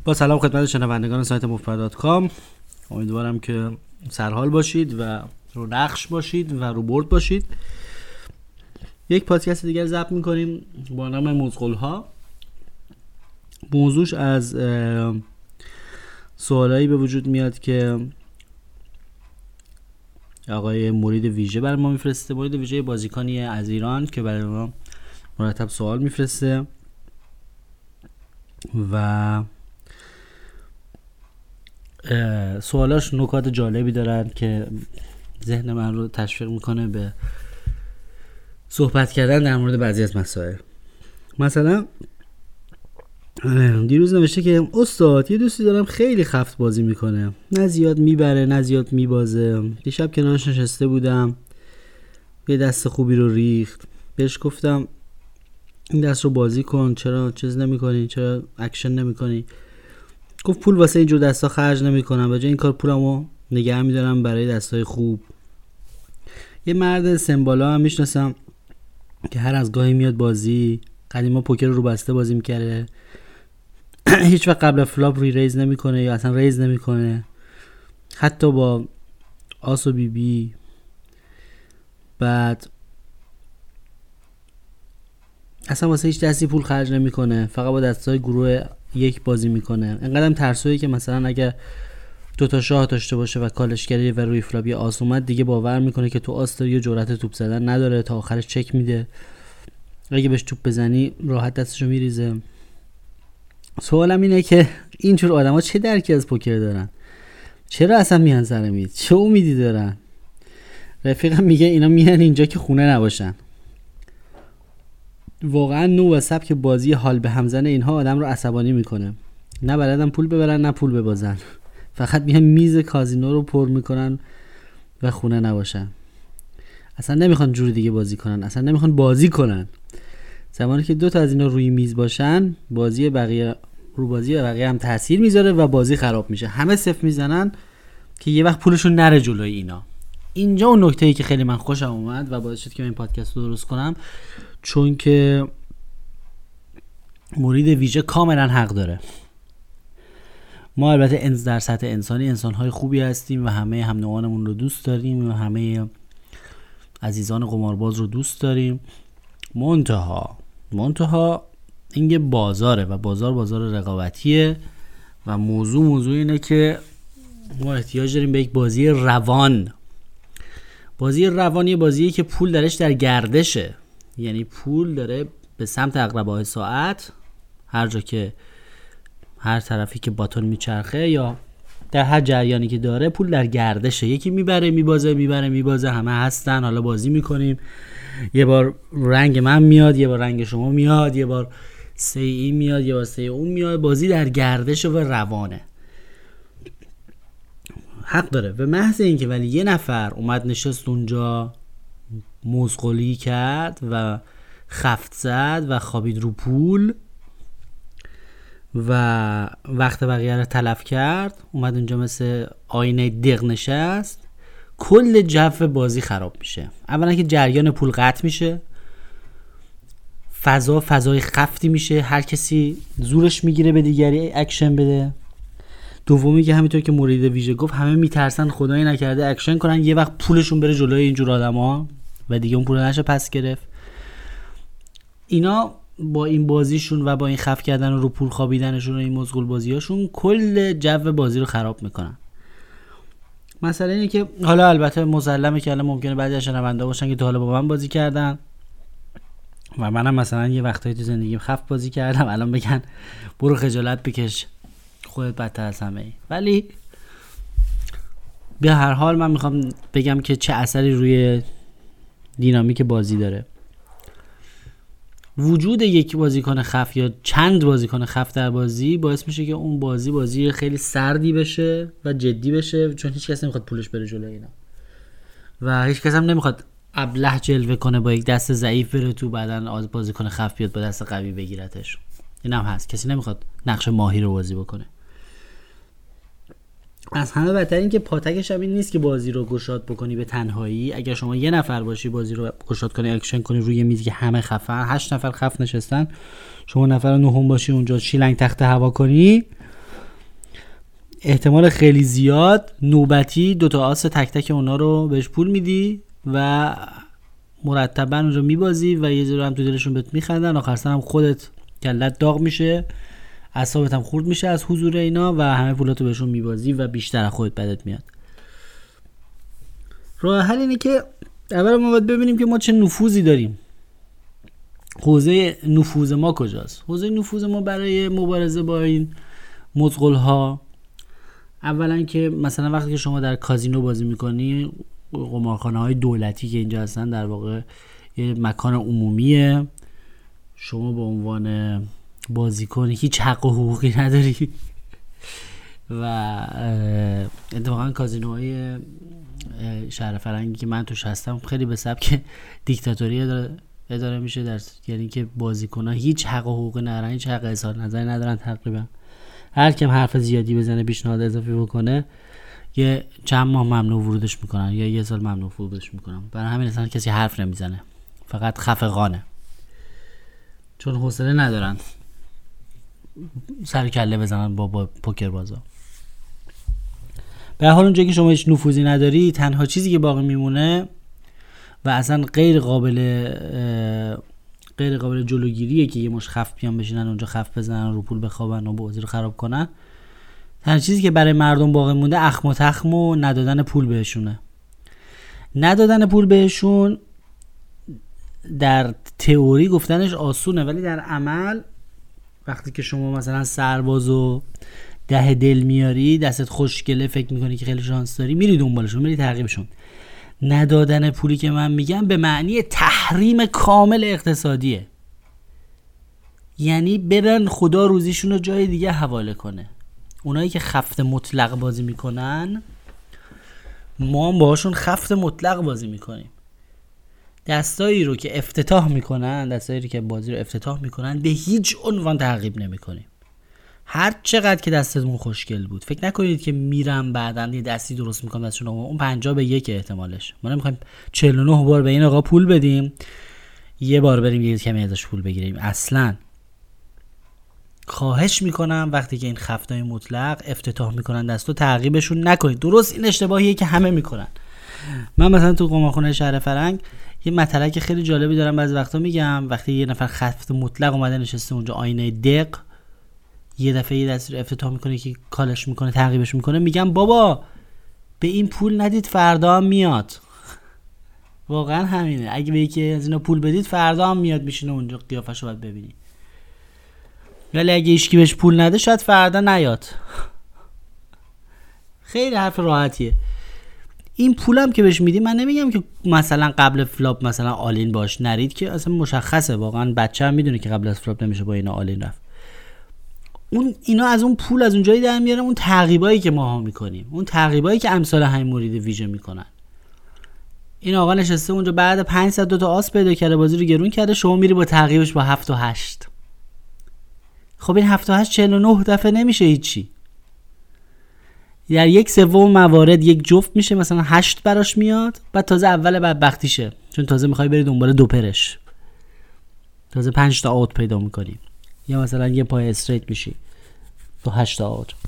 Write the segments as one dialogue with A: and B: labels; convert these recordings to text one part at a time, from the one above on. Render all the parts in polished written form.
A: با سلام خدمت شنوندگان سایت مفبر.com. امیدوارم که سرحال باشید و رو نقش باشید و رو برد باشید. یک پادکست دیگر ضبط میکنیم با نام مزغل‌ها. موضوعش از سوالایی به وجود میاد که آقای مرید ویژه برای ما میفرسته. مرید ویژه بازیکنی از ایران که برای ما مرتب سوال میفرسته و سوالاش نکات جالبی دارن که ذهن من رو تشویق میکنه به صحبت کردن در مورد بعضی از مسائل. مثلا دیروز نوشته که استاد یه دوستی دارم خیلی خفت بازی میکنه، نه زیاد میبره نه زیاد میبازه. دیشب کنارش نشسته بودم، یه دست خوبی رو ریخت. بهش گفتم این دست رو بازی کن، چرا چیز نمی کنی، چرا اکشن نمی کنی؟ گفت پول واسه اینجور دستا خرج نمی کنم، به جای این کار پولمو نگه میدارم برای دستای خوب. یه مرد سمبالا هم میشناسم که هر از گاهی میاد بازی. قدیما پوکر رو بسته بازی میکرده، هیچ وقت قبل فلاپ ریز نمیکنه یا اصلا ریز نمیکنه، حتی با آس و بی بی. بعد اصلا واسه هیچ دستی پول خرج نمیکنه، فقط با دستای گروه یک بازی میکنه. انقدرم ترسویی که مثلا اگه دوتا شاه داشته باشه و کالشگری و روی فلاپ یه آس اومد، دیگه باور میکنه که تو آس داری و جرأت توپ زدن نداره، تا آخرش چک میده. اگه بهش توپ بزنی راحت دستشو میریزه. سوالم اینه که اینجور آدما چه درکی از پوکر دارن؟ چرا اصلا میان سر میز؟ چه امیدی دارن؟ رفیقم میگه اینا میان اینجا که خونه نباشن. واقعا نوع و سبک بازی حال به همزن اینها آدم رو عصبانی میکنه. نه بلدن پول ببرن نه پول ببازن، فقط میان میز کازینو رو پر میکنن و خونه نباشن. اصلا نمیخوان جور دیگه بازی کنن، اصلا نمیخوان بازی کنن. زمانی که دو تا از اینا روی میز باشن، بازی بقیه هم تاثیر میذاره و بازی خراب میشه. همه صفر میزنن که یه وقت پولشون نره جلوی اینا. اینجا اون نکته‌ای که خیلی من خوشم اومد و باعث شد که من این پادکست رو درست کنم، چون که مرید ویژه کاملا حق داره. ما البته در سطح انسانی انسان‌های خوبی هستیم و همه هم نوعانمون رو دوست داریم و همه عزیزان قمارباز رو دوست داریم. منتها این یه بازاره و بازار رقابتیه و موضوع اینه که ما احتیاج داریم به یک بازی روان. بازی روان یه بازیه که پول درش در گردشه، یعنی پول داره به سمت عقربه‌های ساعت، هر جا که هر طرفی که باتون میچرخه یا در هر جریانی که داره پول در گردشه. یکی میبره میبازه، همه هستن، حالا بازی میکنیم. یه بار رنگ من میاد، یه بار رنگ شما میاد، یه بار سه این میاد، یه بار سه اون میاد. بازی در گردشه و روانه. حق داره. به محض اینکه ولی یه نفر اومد نشست اونجا مزغلی کرد و خفت زد و خوابید رو پول و وقت بقیه رو تلف کرد، اومد اونجا مثل آینه دق نشست، کل جو بازی خراب میشه. اولا که جریان پول قطع میشه، فضای خفتی میشه، هر کسی زورش میگیره به دیگری اکشن بده. دومی که همینطور که مرید ویژه گفت، همه میترسن خدایی نکرده اکشن کنن، یه وقت پولشون بره جلوی اینجور آدما و دیگه اون پول نشه پس گرفت. اینا با این بازیشون و با این خف کردن رو پول خوابیدنشون و این مزغول بازیاشون کل جو بازی رو خراب میکنن. مسئله اینه که حالا البته مسلمه که الان ممکنه بعضی از شنوندا باشن که تا حالا با من بازی کردن و منم مثلا یه وقتایی تو زندگیم خف بازی کردم، الان بگن برو خجالت بکش خودت بدتر از همه ای. ولی به هر حال من میخوام بگم که چه اثری روی دینامیک بازی داره. وجود یک بازیکن خف یا چند بازیکن خف در بازی باعث میشه که اون بازی خیلی سردی بشه و جدی بشه، چون هیچ کس نمیخواد پولش بره جلوی اینا و هیچ کس هم نمیخواد ابله جلوه کنه با یک دست ضعیف بره تو، بعدن بازیکن خف بیاد با دست قوی بگیرتش. این هم هست، کسی نمیخواد نقش ماهی رو بازی بکنه. از همه بدتر این که پاتکش هم این نیست که بازی رو گشاد بکنی به تنهایی. اگر شما یه نفر باشی بازی رو گشاد کنی، اکشن کنی روی میزی که همه خفن، 8 نفر خف نشستن، شما نفر نهم باشی اونجا شیلنگ تخت هوا کنی، احتمال خیلی زیاد نوبتی 2 آس تک تک اونا رو بهش پول میدی و مرتبا اونجا میبازی و یه جور هم تو دلشون بهت میخندن. آخر سر هم خودت کلت داغ میشه، اعصابت هم خورد میشه از حضور اینا و همه پولاتو بهشون میبازی و بیشتر از خودت بدت میاد. راه حل اینه که اول ما باید ببینیم که ما چه نفوذی داریم، حوزه نفوذ ما کجاست. حوزه نفوذ ما برای مبارزه با این مزغل‌ها اولا که مثلا وقتی که شما در کازینو بازی میکنی، قمارخانه‌های دولتی که اینجا هستن در واقع یه مکان عمومیه، شما به عنوان بازیکن هیچ حق و حقوقی نداری و اتفاقا کازینوهای شهر فرنگی که من توش هستم خیلی به سبک دیکتاتوری اداره میشه، یعنی که بازیکن‌ها هیچ حق و حقوقی ندارن، هیچ حق اظهار نظری ندارن تقریبا. هر کیم حرف زیادی بزنه، پیشنهاد اضافی بکنه، یه چند ماه ممنوع ورودش میکنن یا 1 سال ممنوع ورودش میکنن. برای همین اصلا کسی حرف نمیزنه، فقط خفقانه، چون حوصله ندارن سر کله بزنن با پوکر بازا. به هر حال اونجایی که شما هیچ نفوذی نداری، تنها چیزی که باقی میمونه و اصلا غیر قابل جلوگیریه که یه مش خف بیان بشینن اونجا خف بزنن، رو پول بخوابن و بازی رو خراب کنن. تنها چیزی که برای مردم باقی مونده اخم و تخم و ندادن پول بهشونه. ندادن پول بهشون در تئوری گفتنش آسونه، ولی در عمل وقتی که شما مثلا سربازو 10 دل میاری، دستت خوشگله، فکر میکنی که خیلی شانس داری، میری دنبالشون، میری تعقیبشون. ندادن پولی که من میگم به معنی تحریم کامل اقتصادیه، یعنی برن خدا روزیشون رو جای دیگه حواله کنه. اونایی که خفت مطلق بازی میکنن ما هم باهاشون خفت مطلق بازی میکنیم. دستایی رو که افتتاح میکنن، دستایی رو که بازی رو افتتاح میکنن، به هیچ عنوان تعقیب نمیکنیم. هر چقدر که دستتون خوشگل بود، فکر نکنید که میرم بعدن یه دستی درست میکنم دستشون، اون 50-1 احتمالش. ما نمیخوایم 49 بار به این آقا پول بدیم، یه بار بریم یه کمی ازش پول بگیریم. اصلا خواهش میکنم وقتی که این خفتای مطلق افتتاح میکنن دستو، تعقیبشون نکنید. درست این اشتباهیه که همه میکنن. من مثلا تو قمارخونه شهر فرنگ یه مطلب خیلی جالبی دارم بعضی وقتا میگم. وقتی یه نفر خفت مطلق اومده نشسته اونجا، آینه دق، یه دفعه یه دستی رو افتتاح میکنه که کالش میکنه، تعقیبش میکنه، میگم بابا به این پول ندید فردا هم میاد. واقعا همینه. اگه به یکی از اینا پول بدید فردا هم میاد میشینه اونجا، قیافش رو باید ببینی. ولی اگه هیچکی بهش پول نده شاید فردا نیاد. خیلی حرف راحتیه. این پولم که بهش میدی، من نمیگم که مثلا قبل فلاپ مثلا آلین باش نرید، که اصلا مشخصه، واقعا بچه هم میدونه که قبل از فلاپ نمیشه با اینا آلین رفت. اینا از اون پول از اون جایی در میارن، اون تعقیبایی که ماها میکنیم، اون تعقیبایی که امثال همین مورد ویژه میکنن. این آقا نشسته اونجا بعد 500 2 آس پیدا کرده، بازی رو گرون کرده، شما میری با تعقیبش با 7 و 8. خب این 7 و 8 49 دفعه نمیشه هیچی. در 1/3 موارد یک جفت میشه، مثلا 8 براش میاد، بعد تازه اول بدبختیشه، چون تازه میخوای بری دنبال دوپرش، تازه 5 تا آوت پیدا میکنی، یا مثلا یه پای استریت میشی تو 8 تا آوت.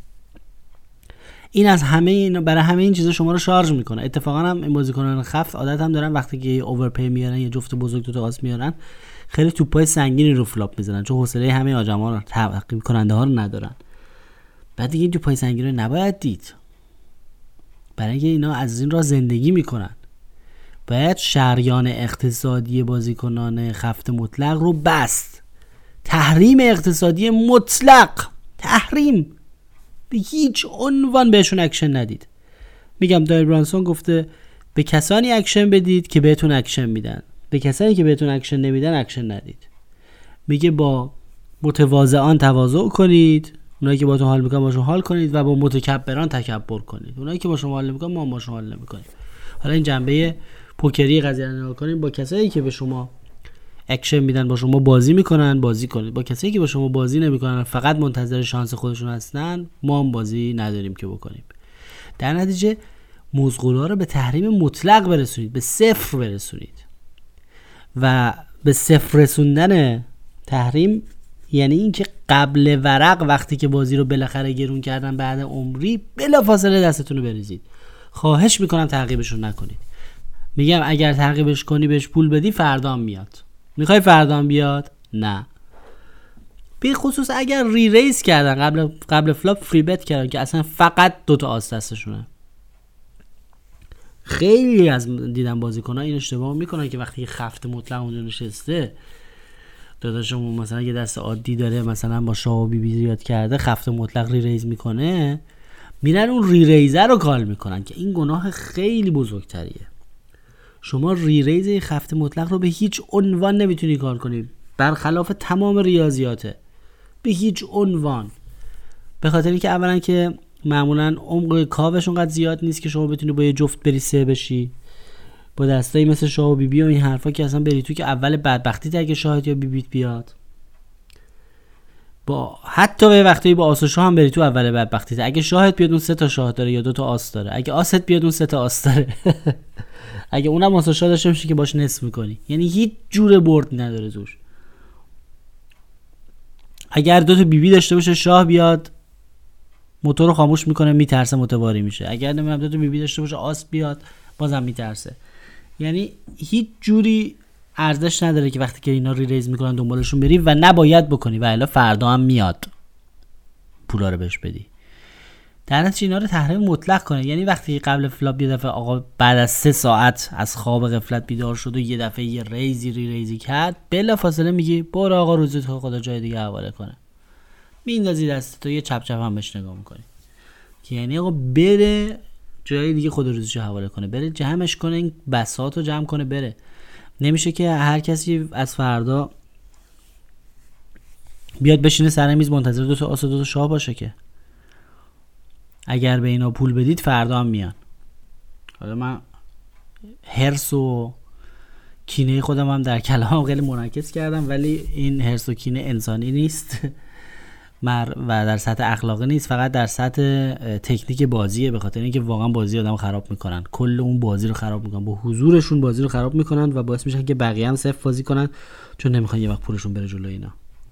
A: این از همه اینا، برای همه این چیزا شما رو شارژ میکنه. اتفاقا هم این بازیکنان خفت عادت هم دارن وقتی که اوورپی میارن، یه جفت بزرگ 2 تا آس میارن، خیلی توپای سنگینی رو فلاپ میزنن، چون حوصله همه آجما رو، تعقیب کننده ها رو ندارن. بعد دیگه توپای سنگین رو نباید دید، برای اینکه اینا از این راه زندگی میکنن. باید شریان اقتصادی بازیکنان خفت مطلق رو بست. تحریم اقتصادی مطلق، تحریم، به هیچ عنوان بهشون اکشن ندید. میگم دایر برانسون گفته به کسانی اکشن بدید که بهتون اکشن میدن، به کسانی که بهتون اکشن نمیدن اکشن ندید. میگه با متواضعان تواضع کنید، اونایی که باهاتون حال میکنن باشون حال کنید، و با متکبران تکبر کنید. اونایی که باشون حال نمیکنن ما باشون حال نمیکنیم. حالا این جنبه پوکری قضیه رو نگاه کنید. با کسایی که به شما اکشن میدن، با شما بازی میکنن، بازی کنید. با کسایی که با شما بازی نمیکنن، فقط منتظر شانس خودشون هستن، ما هم بازی نداریم که بکنیم. در نتیجه مزغولا رو به تحریم مطلق برسونید، به 0 برسونید. و به 0 رسوندن تحریم یعنی این که قبل ورق وقتی که بازی رو بالاخره گرون کردن بعد عمری، بلافاصله دستتون رو بریزید. خواهش میکنم تعقیبشون نکنید. میگم اگر تعقیبش کنی بهش پول بدی فردا هم میاد. میخوای فردا هم بیاد؟ نه. به خصوص اگر ری ریز کردن قبل فلاپ فری بت کردن که اصلا فقط 2 تا آس دستشونه. خیلی از دیدم بازیکن‌ها این اشتباه میکنن که وقتی خفت مطلق اونجا نشسته، داداشمون مثلا یه دست عادی داره مثلا با شاه و بی بی زیاد کرده، خفت مطلق ری ریز میکنه، میرن اون ری ریزر رو کال میکنن که این گناه خیلی بزرگتریه. شما ری ریز خفت مطلق رو به هیچ عنوان نمیتونی کال کنی، برخلاف تمام ریاضیاته، به هیچ عنوان. به خاطر اینکه اولا که معمولا عمق کاوش اونقدر زیاد نیست که شما بتونی با یه جفت بری 3 بشی. با دستایی مثل شاه و بی بی و این حرفا که اصلا بری تو که اول بدبختی تا اگه شاهد یا بی بیت بیاد. با حتی به وقتی با آس و شاه هم بری تو اول بدبختی تا اگه شاهد بیاد اون 3 تا شاه داره یا 2 تا آس داره، اگه آست بیاد اون 3 تا آس داره. اگه اونم آس و شاه داشته باشی که باش نصف میکنی، یعنی هیچ جور برد نداره توش. اگر 2 تا بی بی داشته باشه شاه بیاد موتور رو خاموش میکنه، میترسه متواری میشه. اگر نمیدونم 2 تا بی بی داشته باشه آس بیاد بازم میترسه. یعنی هیچ جوری ارزش نداره که وقتی که اینا ری ریز میکنن دنبالشون بری و نباید بکنی و الا فردا هم میاد پولا رو بهش بدی. در نتیجه اینا رو تحریم مطلق کنه. یعنی وقتی قبل فلاپ یه دفعه آقا بعد از 3 ساعت از خواب غفلت بیدار شد و یه دفعه یه ریزی کرد، بلافاصله میگی برو آقا روزت خدا جای دیگه حواله کنه، میندازی دست تو، یه چپ چپ هم بهش نگاه میکنی که یعنی آقا بره جای دیگه خدا روزش حواله کنه، بره جمعش کنه، این بساطو جمع کنه بره. نمیشه که هر کسی از فردا بیاد بشینه سر میز منتظر 2 تا آس و 2 تا شاه باشه که اگر به اینا پول بدید فردا هم میان. حالا من هرس و کینه خودم هم در کلام خیلی منعکس کردم، ولی این هرس و کینه انسانی نیست و در سطح اخلاقی نیست، فقط در سطح تکنیک بازیه. به خاطر اینکه واقعا بازی آدمو خراب میکنن، کل اون بازی رو خراب میکنن، با حضورشون بازی رو خراب میکنن و باعث میشن که بقیه هم صفر بازی کنن چون نمیخوان یه وقت پولشون بره جلو اینا.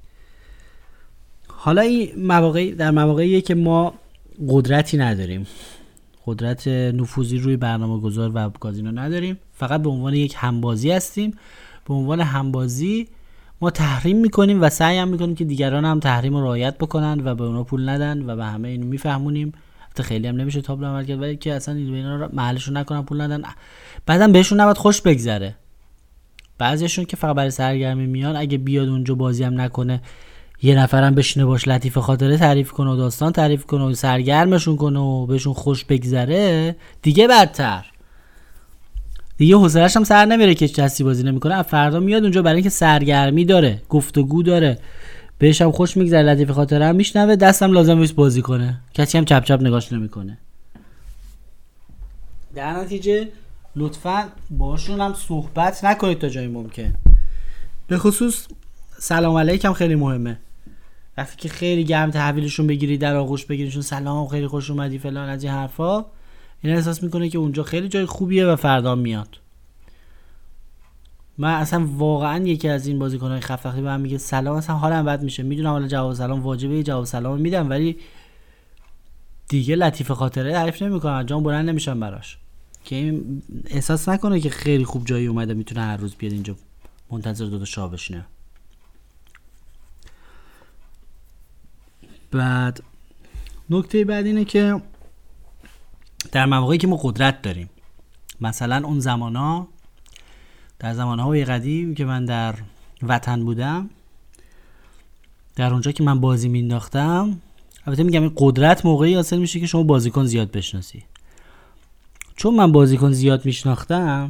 A: حالا این در مواقعیه که ما قدرتی نداریم، قدرت نفوذی روی برنامه گذار و کازینو نداریم، فقط به عنوان یک همبازی هستیم. به عنوان همبازی ما تحریم میکنیم و سعی هم میکنیم که دیگران هم تحریم رو رعایت بکنن و به اونا پول ندن و به همه اینو میفهمونیم. حتی خیلی هم نمیشه تابلو عمل کرد، ولی که اصلا اینا رو محلشون نکنن، پول ندن، بعدم بهشون نباید خوش بگذره. بعضیشون که فقط برای سرگرمی میان، اگه بیاد اونجا بازی هم نکنه، یه نفرم بشینه باش لطیفه خاطره تعریف کنه و داستان تعریف کنه و سرگرمشون کنه و بهشون خوش بگذره، دیگه بدتر، دیگه حوصله‌اش هم سر نمیره که کسی بازی نمیکنه. فردا میاد اونجا برای اینکه سرگرمی داره، گفتگو داره، بهش هم خوش میگذره، لطیفه خاطره هم میشنوه، دستم لازم نیست بازی کنه، کسی هم چپ چپ نگاش نمیکنه. در نتیجه لطفاً باشون هم صحبت نکنید تا جایی ممکن. به خصوص سلام علیکم خیلی مهمه. وقتی که خیلی گرم تحویلشون بگیری، در آغوش بگیریشون، سلام خیلی خوش اومدی فلان از این حرفا، این احساس میکنه که اونجا خیلی جای خوبیه و فردا میاد. من اصلا واقعا یکی از این بازیکن‌های خفن وقتی بهم میگه سلام، اصلا حالم بد میشه. میدونم حالا جواب سلام واجبه، جواب سلام میدم، ولی دیگه لطیفه خاطره تعریف نمیکنم، جام بلند نمیشم براش که این احساس نکنه که خیلی خوب جایی اومده میتونه هر روز بیاد اینجا منتظر 2 تا شاه بشینه. بعد نکته بعد اینه که در مواقعی که ما قدرت داریم، مثلا اون زمانا، در زمانهای قدیم که من در وطن بودم، در اونجا که من بازی مینداختم، البته میگم این قدرت موقعی حاصل میشه که شما بازیکن زیاد بشناسی. چون من بازیکن زیاد میشناختم،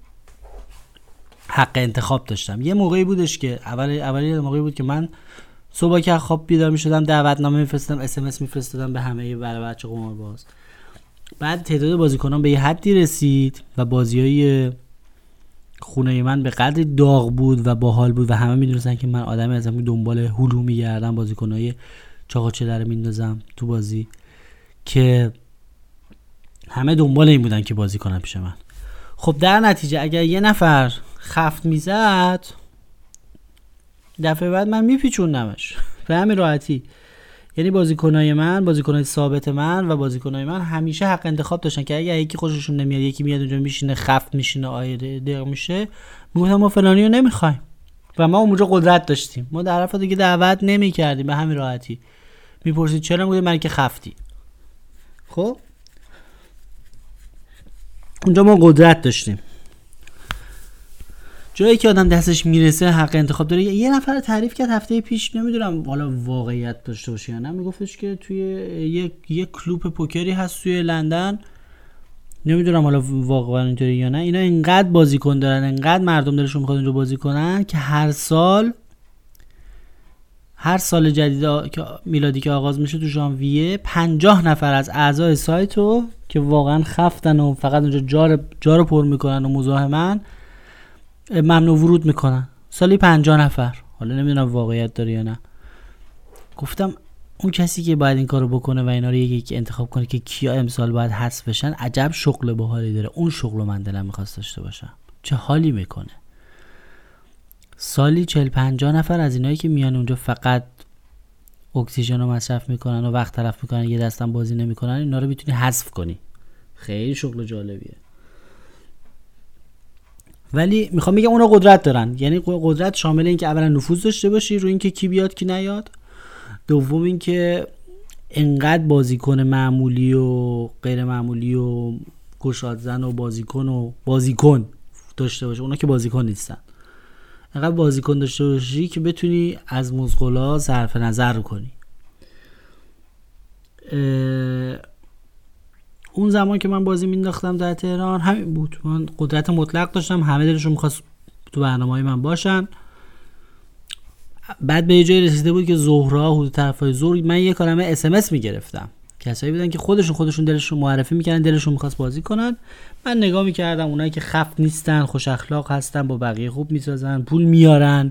A: حق انتخاب داشتم. یه موقعی بودش که اولی موقعی بود که من صبح که خواب بیدار میشدم، دعوتنامه میفرستادم، اس ام اس میفرستادم به همه بچه قمارباز. بعد تعداد بازیکنان به یه حدی رسید و بازیای خونه من به قدری داغ بود و باحال بود و همه میدونستن که من آدمی هستم که دنبال هلو میگردم، بازیکنای چاقوچه در میندازم تو بازی، که همه دنبال این بودن که بازی کنن پیش من. خب در نتیجه اگر یه نفر خفت میزد، دفعه بعد من میپیچوندمش به همین راحتی. یعنی بازیکنای ثابت من و بازیکنای من همیشه حق انتخاب داشتن که اگه یکی خوششون نمیاد، یکی میاد اونجا میشینه خفت میشینه دق میشه، میگفتن ما فلانی رو نمیخوایم و ما اونجا قدرت داشتیم. ما در حرفا دیگه دعوت نمیکردیم به همین راحتی. میپرسید چرا؟ میگفتم من که خفتی. خب اونجا ما قدرت داشتیم. جایی که آدم دستش میرسه حق انتخاب داره. یه نفر تعریف کرد هفته پیش، نمیدونم حالا واقعیت داشته باشه یا نه، میگفتش که توی یک کلوب پوکری هست توی لندن، نمیدونم حالا واقعا اینطوری یا نه، اینا اینقدر بازیکن دارن، اینقدر مردم دلشون میخواد اونجا بازی کنن که هر سال جدید که میلادی که آغاز میشه تو ژانویه 50 نفر از اعضای سایتو که واقعا خفتن و فقط اونجا جا رو پر میکنن و مزاحمن ممنوع ورود میکنن. سالی 50 نفر. حالا نمیدونم واقعیت داره یا نه. گفتم اون کسی که باید این کارو بکنه و اینا رو یکی انتخاب کنه که کیا امسال باید حذف بشن، عجب شغل باحالی داره. اون شغل من دلم میخواست داشته باشم. چه حالی میکنه. سالی 40-50 نفر از اینایی که میان اونجا فقط اکسیژن رو مصرف میکنن و وقت تلف میکنن، یه دستم بازی نمیکنن، اینا رو میتونی حذف کنی. خیلی شغل جالبیه. ولی میخوام بگم اونا قدرت دارن. یعنی قدرت شامل این که اولا نفوذ داشته باشی روی این که کی بیاد کی نیاد، دوم این که انقدر بازیکن معمولی و غیر معمولی و گشاد زن و بازیکن داشته باشه. اونا که بازیکن نیستن. انقدر بازیکن داشته باشی که بتونی از مزغلا صرف نظر کنی. اون زمان که من بازی مینداختم در تهران همین بود. من قدرت مطلق داشتم، همه دلشون میخواست تو برنامه‌های من باشن. بعد به یه جایی رسیده بود که ظهرها حدود طرفای ظهر من یه کلمه SMS میگرفتم. کسایی بودن که خودشون دلشون معرفی میکردن، دلشون میخواست بازی کنن. من نگاه میکردم اونایی که خفت نیستن، خوش اخلاق هستن، با بقیه خوب میسازن، پول میارن،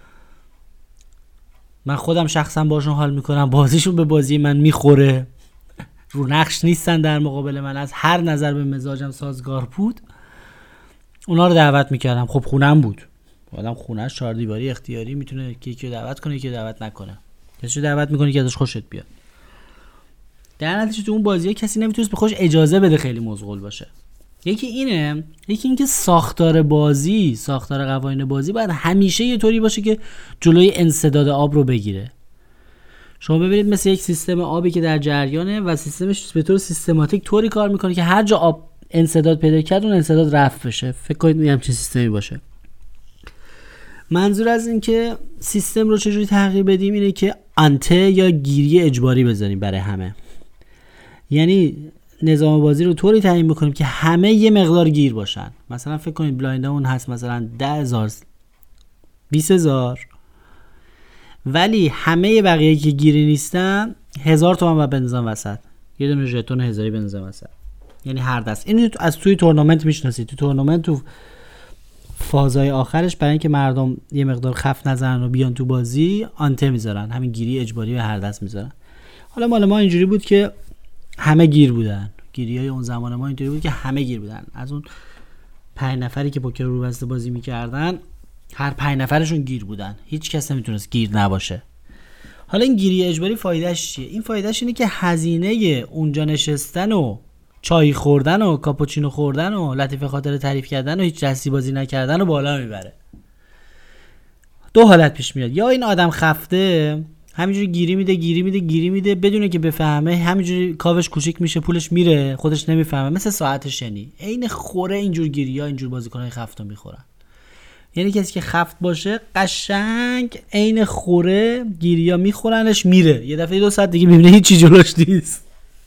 A: من خودم شخصا باشون حال میکنم، بازیشون به بازی من میخوره، رو نقش نیستن در مقابل من، از هر نظر به مزاجم سازگار بود، اونا رو دعوت میکردم. خب خونم بود، آدم خونه‌اش 4 دیواری اختیاری میتونه یکی رو دعوت کنه یکی رو دعوت نکنه. کسی رو دعوت میکنه که ازش خوشت بیاد. در نتیجه تو اون بازی‌ها کسی نمیتونه به خودش اجازه بده خیلی مشغول باشه. یکی اینه، یکی این که ساختار قوانین بازی باید همیشه یه طوری باشه که جلوی انسداد آب رو بگیره. شما ببینید مثل یک سیستم آبی که در جریانه و سیستمش به طور سیستماتیک طوری کار میکنه که هر جا آب انسداد پیدا کرد اون انسداد رفع بشه. فکر کنید میگم چه سیستمی باشه. منظور از این که سیستم رو چجوری تغییر بدیم اینه که آنته یا گیری اجباری بذاریم برای همه. یعنی نظام بازی رو طوری تعیین بکنیم که همه یه مقدار گیر باشن. مثلا فکر کنید بلایند اون هست مثلا 10,000 20,000 ولی همه بقیه که گیری نیستن 1000 تومان باید بندازن وسط، یه دونه ژتون 1000 بندازن وسط. یعنی هر دست اینو از توی تورنمنت میشناسید. تو تورنمنت تو فازهای آخرش برای اینکه مردم یه مقدار خف نزنن و بیان تو بازی آنته میذارن، همین گیری اجباری به هر دست میذارن. حالا مال ما اینجوری بود که همه گیر بودن. گیریای اون زمان ما اینطوری بود که همه گیر بودن. از اون 5 نفری که پوکر رو بسته بازی میکردن هر 5 نفرشون گیر بودن، هیچ کس نمیتونست گیر نباشه. حالا این گیری اجباری فایدهش چیه؟ این فایدهش اینه که هزینه اونجا نشستن و چای خوردن و کاپوچینو خوردن و لطیفه خاطر تعریف کردن و هیچ دستی بازی نکردن رو بالا میبره. دو حالت پیش میاد، یا این آدم خفته همینجوری گیری میده بدونه که بفهمه، همینجوری کاوش کوچیک میشه پولش میره خودش نمیفهمه، مثل ساعت شنی عین خوره اینجور گیری‌ها اینجور بازیکنای خفت رو میخورن. یعنی کسی که خفت باشه قشنگ عین خوره گیری‌ها میخورنش میره، یه دفعه 2 ساعت دیگه میبینه هیچی جلوش نیست.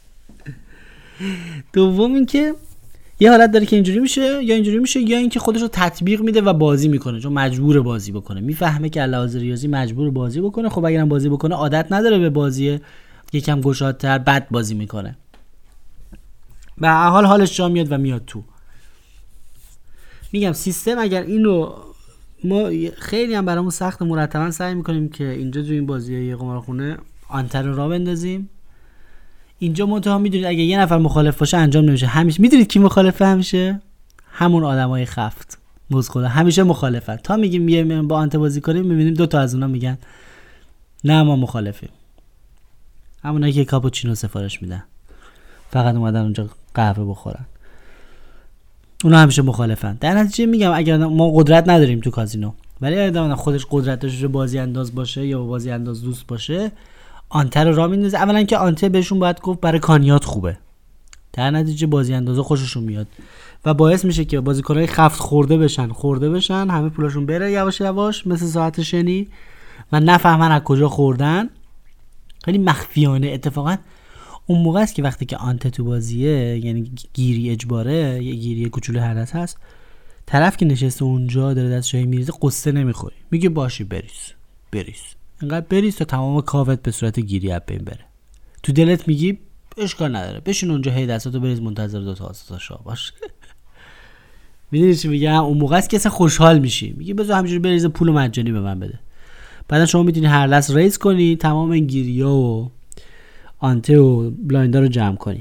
A: دوم این که یه حالت داره که اینجوری میشه یا اینکه خودش رو تطبیق میده و بازی میکنه، چون مجبور بازی بکنه، میفهمه که لحاظ ریاضی مجبور بازی بکنه. خب اگرم بازی بکنه عادت نداره به بازی یکم گشادتر، بد بازی میکنه، به هر حال حالش جا میاد و میاد تو. میگم سیستم اگر اینو ما خیلی هم برامون سخت، مرتبا سعی میکنیم که اینجا تو این بازی‌های قمارخونه آنتر رو راه بندازیم. اینجا منتها میدونید اگه یه نفر مخالف باشه انجام نمیشه. همیشه میدونید کی مخالفه؟ همیشه همون آدمای خفت. مزغولا همیشه مخالفن. تا میگیم بیایم با آنته بازی کنیم میبینیم 2 تا از اونا میگن نه ما مخالفیم. همونایی که کاپوچینو سفارش میدن فقط اومدن اونجا قهوه بخورن، اونا همیشه مخالفن. در نتیجه میگم اگر ما قدرت نداریم تو کازینو، ولی اگر خودش قدرت داشته بازی انداز باشه یا بازی انداز دوست باشه، آنته رو راه میندازه. اولا که آنته بهشون باید گفت برای کانیات خوبه، در نتیجه بازی اندازا خوششون میاد و باعث میشه که بازیکنای خفت خورده بشن همه پولاشون بره یواش یواش مثل ساعت شنی و نفهمن از کجا خوردن. خیلی مخفیانه. اتفاقا اون موقع است که وقتی که آنته تو بازیه، یعنی گیری اجباره، یه گیری کوچولو هر دست هست، طرف که نشسته اونجا داره دستشویی میریزه قصه نمیخوری، میگه باشی بریز اینقدر بریز تا تمام کاوت به صورت گیری اپ بین بره. تو دلت میگی اشکال نداره بشین اونجا هی دستاتو بریز منتظر 2 تا شاه باش. میدونی چی میگم؟ اون موقع است که اصلا خوشحال میشی، میگی بذار همینجوری بریز پولو مجانی به من بده. بعدا شما میتونی هر لحظه ریز کنی، تمام این گیریا و آنته و بلایندار رو جمع کنی.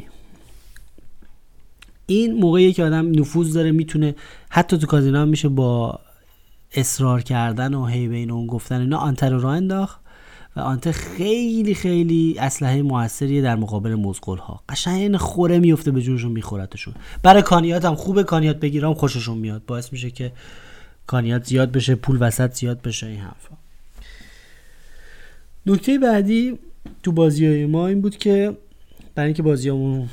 A: این موقعیه که آدم نفوذ داره، میتونه حتی تو کازینو هم میشه با اصرار کردن و هی بین اون گفتن اینا آنته رو راه انداخت و آنته خیلی خیلی اسلحه موثریه در مقابل مزغول ها. قشنگ خوره میفته به جونشون، میخورتشون. برای کانیات هم خوبه، کانیات بگیرم خوششون میاد، باعث میشه که کانیات زیاد بشه، پول وسط زیاد بشه، این حرفا. نکته بعدی تو بازی‌های ما این بود که برای اینکه بازیامون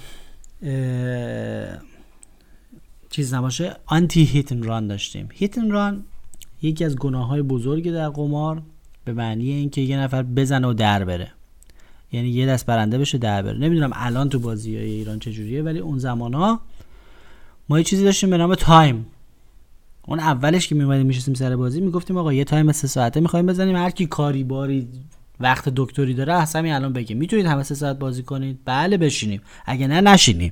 A: چیز نباشه، آنتی هیت اند ران داشتیم. هیت اند ران یکی از گناه‌های بزرگ در قمار به معنی اینکه یه نفر بزنه و در بره، یعنی یه دست برنده بشه در بره. نمیدونم الان تو بازی‌های ایران چجوریه، ولی اون زمان‌ها ما یه چیزی داشتیم به نام تایم. اون اولش که میومدیم میشستیم سر بازی میگفتیم آقا یه تایم 3 ساعته می‌خوایم بزنیم، هر کی کاری باری وقت دکتری داره اصلا الان بگیم میتونید همه 3 ساعت بازی کنید، بله بشینیم، اگه نه نشینیم.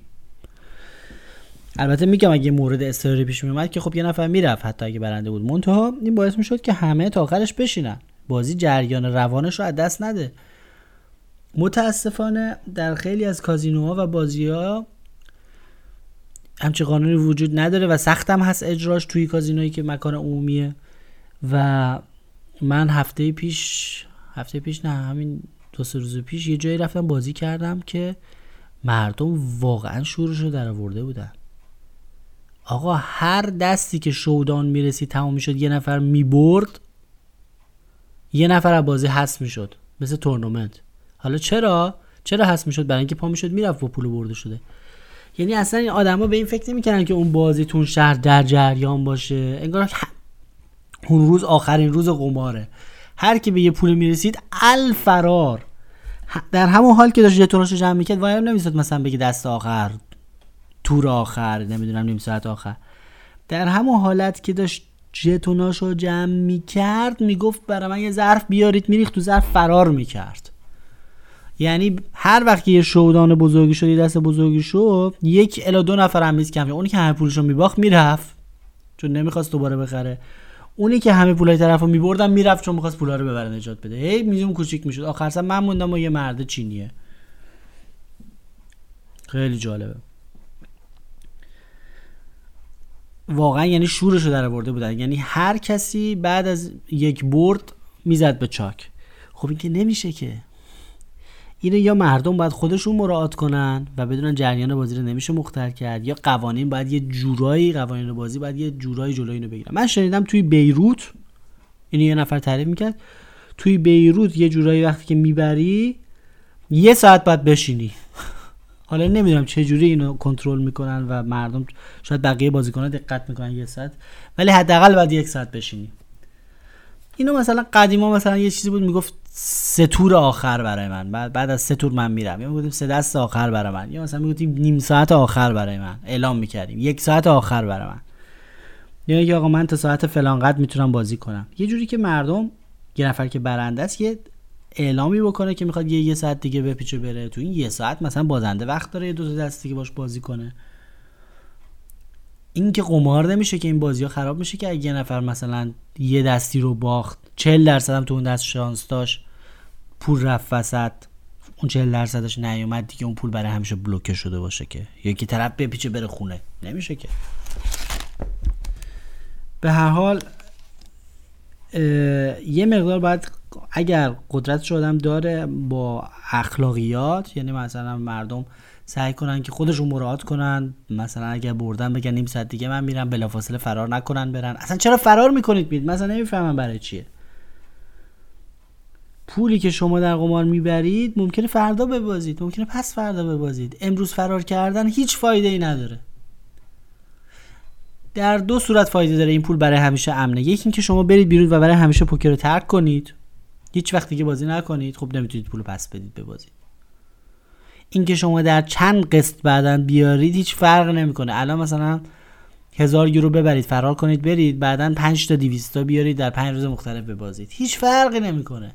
A: البته میگم اگه مورد اضطراری پیش میومد که خب یه نفر میرفت حتی اگه برنده بود، منتها این باعث میشد که همه تا آخرش بشینن، بازی جریان روانش رو از دست نده. متاسفانه در خیلی از کازینوها و بازی‌ها همچین قانونی وجود نداره و سختم هست اجراش توی کازینویی که مکان عمومیه. و من هفته پیش نه همین 2-3 روز پیش یه جایی رفتم بازی کردم که مردم واقعا شورشو در آورده بودن. آقا هر دستی که شودان میرسید تمام میشد یه نفر میبرد، یه نفر از بازی حذف میشد، مثل تورنمنت. حالا چرا حذف میشد؟ برای اینکه پا میشد میرفت با پول برده شده. یعنی اصلا این آدما به این فکر نمیکنن که اون بازی تون شهر در جریان باشه، انگار اون روز آخرین روز قماره، هر کی به یه پول میرسید الفرار. در همون حال که داشت ژتوناشو جمع میکرد وای نمیستاد مثلا بگی دست آخر، تور آخر، نمیدونم نیم ساعت آخر، در همون حالت که داشت ژتوناشو جمع میکرد میگفت برای من یه ظرف بیارید، میریخت تو ظرف فرار میکرد. یعنی هر وقت یه شودان بزرگی شد، یه دست بزرگی شد، 1 الی 2 نفر هم میز کم شد. اونی که همه پولشو میباخت میرفت چون نمیخواست دوباره بخره، اونی که همه پولای طرفو میبردن میرفت چون میخواست پولا رو ببره نجات بده. هی میزون کوچیک میشد، آخر سر من موندم و یه مرد چینیه. خیلی جالبه واقعا، یعنی شورشو در آورده بودن. یعنی هر کسی بعد از یک برد میزد به چاک. خب این که نمیشه که. اینو یا مردم باید خودشون مراعات کنن و بدونن جریان بازی رو نمیشه مختل کرد، یا قوانین باید یه جورایی، قوانین بازی باید یه جورایی جلوی اینو بگیرن. من شنیدم توی بیروت، اینو یه نفر تعریف میکرد، توی بیروت یه جورایی وقتی که میبری 1 ساعت باید بشینی. حالا نمیدونم چه جوری اینو کنترل میکنن و مردم شاید بقیه بازیکن‌ها دقت میکنن 1 ساعت، ولی حداقل باید 1 ساعت بشینی. اینو مثلا قدیما مثلا یه چیزی بود میگفت 3 تور آخر برای من، بعد از 3 تور من میرم، یا میگفتیم 3 دست آخر برای من، یا مثلا میگفتیم نیم ساعت آخر برای من اعلام میکردیم، 1 ساعت آخر برای من، یا اینکه آقا من تا ساعت فلان قد میتونم بازی کنم. یه جوری که مردم، یه نفر که برنده است یه اعلامی بکنه که میخواد 1 ساعت دیگه بپیچه بره، تو این 1 ساعت مثلا بازنده وقت داره یه 2 تا دست دیگه باش بازی کنه. این که قمار نمیشه که این بازی‌ها خراب میشه که اگه یه نفر مثلا یه دستی رو باخت، 40% هم تو اون دست شانس داشت، پول رفت وسط، اون 40%ش نیومد دیگه، اون پول برای همیشه بلوکه شده باشه که یکی طرف بپیچه بره خونه، نمیشه که. به هر حال یه مقدار باید، اگر قدرتش آدم داره با اخلاقیات، یعنی مثلا مردم سعی کنن که خودشون مراعات کنن، مثلا اگر بردن بگن نیم ساعت دیگه من میرم، بلافاصله فرار نکنن برن. اصلا چرا فرار میکنید میید؟ مثلا نمیفهمم برای چیه. پولی که شما در قمار میبرید ممکنه فردا ببازید، ممکنه پس فردا ببازید. امروز فرار کردن هیچ فایده ای نداره. در دو صورت فایده داره این پول برای همیشه امنه. یکی این که شما برید بیرون و برای همیشه پوکر رو ترک کنید، هیچ وقت دیگه بازی نکنید، خب نمیتونید پول پس بدید ببازید. این که شما در چند قسط بعداً بیارید هیچ فرق نمیکنه. الان مثلا 1000 یورو ببرید فرار کنید برید، بعداً 5 تا 200 تا بیارید در 5 روز مختلف ببازید، هیچ فرقی نمیکنه.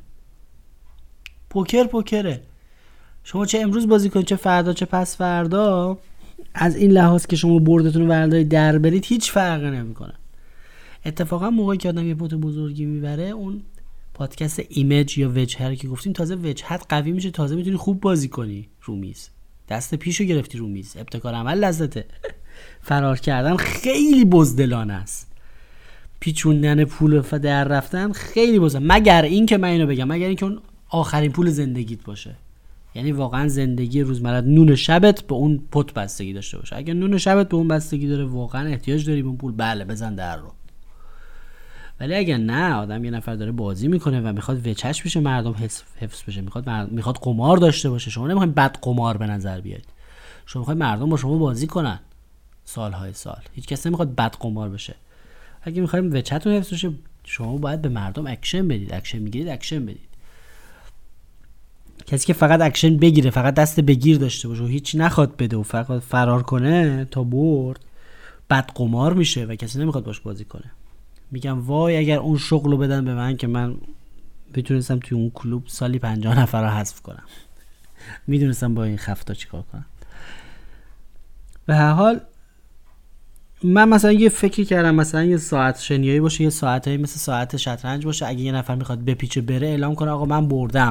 A: پوکره. شما چه امروز بازی کنید چه فردا چه پس فردا، از این لحاظ که شما بردتون رو برداری در برید هیچ فرقی نمیکنه. اتفاقا موقعی که آدم یه پوت بزرگی میبره، اون پادکست ایمیج یا وجهر که گفتیم، تازه وجهت قوی میشه، تازه میتونی خوب بازی کنی رو میز. دست پیشو گرفتی رو میز، ابتکار عمل لذته. فرار کردن خیلی بزدلانه است، پیچوندن پول و در رفتن خیلی بزدلانه. مگر این که من اینو بگم، مگر این که اون آخرین پول زندگیت باشه، یعنی واقعا زندگی روزمره، نون شبت به اون پت بستگی داشته باشه. اگه نون شبت به اون بستگی داره، واقعا احتیاج داری به اون پول، بله بزن در رو. ولی اگه نه، آدم یه نفر داره بازی میکنه و میخواد وچش بشه، مردم حفظ بشه، میخواد قمار داشته باشه. شما نمیخواید بد قمار به نظر بیاید، شما میخواید مردم با شما بازی کنن سالهای سال. هیچ کس نمیخواد بد قمار بشه. اگه میخوایم وچتون حفظ بشه، شما باید به مردم اکشن بدید. اکشن میگیرید اکشن بدید. کسی که فقط اکشن بگیره، فقط دست بگیر داشته باشه و هیچ نخواد بده و فقط فرار کنه تا برد، بد قمار میشه و کسی نمیخواد باش بازی کنه. میگم وای اگر اون شغلو بدن به من که من بتونستم توی اون کلوب سالی 50 نفر رو حذف کنم، میدونستم با این خفتا چیکار کنم. به هر حال من مثلا یه فکری کردم، مثلا یه ساعت شنیایی باشه، یه ساعتایی مثل ساعت شطرنج باشه، اگه یه نفر میخواد بپیچه بره، اعلام کنه آقا من بردم،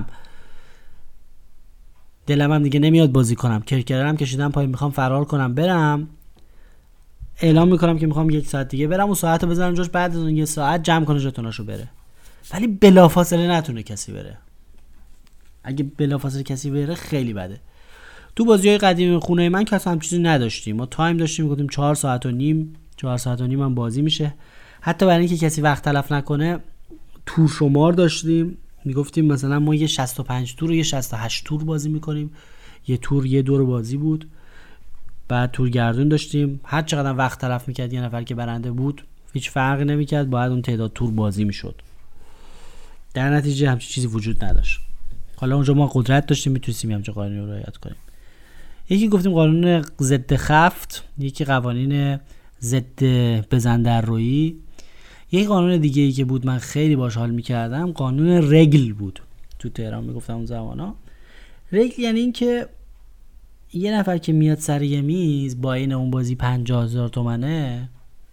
A: دلم هم دیگه نمیاد بازی کنم، کرکرم کشیدم پای، میخوام فرار کنم برم، اعلام میکنم که میخوام 1 ساعت دیگه برم، اون ساعتو بزنم جاش، بعد از اون 1 ساعت جمع کنه ژتوناشو بره. ولی بلافاصله نتونه کسی بره. اگه بلافاصله کسی بره خیلی بده. تو بازی‌های قدیم خونه من که اصلا هم چیزی نداشتیم، ما تایم داشتیم، میگفتیم 4 ساعت و نیم هم بازی میشه. حتی برای اینکه کسی وقت تلف نکنه تور شمار داشتیم، میگفتیم مثلا ما یه 65 تور و یه 68 تور بازی میکنیم، یه تور یه دور بازی بود. بعد تور گردون داشتیم، هر چقدر وقت تلف میکرد یه نفر که برنده بود هیچ فرقی نمیکرد، باید اون تعداد تور بازی میشد. در نتیجه همچین چیزی وجود نداشت. حالا اونجا ما قدرت داشتیم، میتونستیم همچین قانونی رو رعایت کنیم. یکی گفتیم قانون ضد خفت، یکی قوانین ضد بزن در رویی. یکی قانون دیگه ای که بود من خیلی باش حال میکردم، قانون رگل بود. تو تهران میگفتم اون زمانا. رگل یعنی این که یه نفر که میاد سر یه میز با این اون بازی 50,000 تومنه،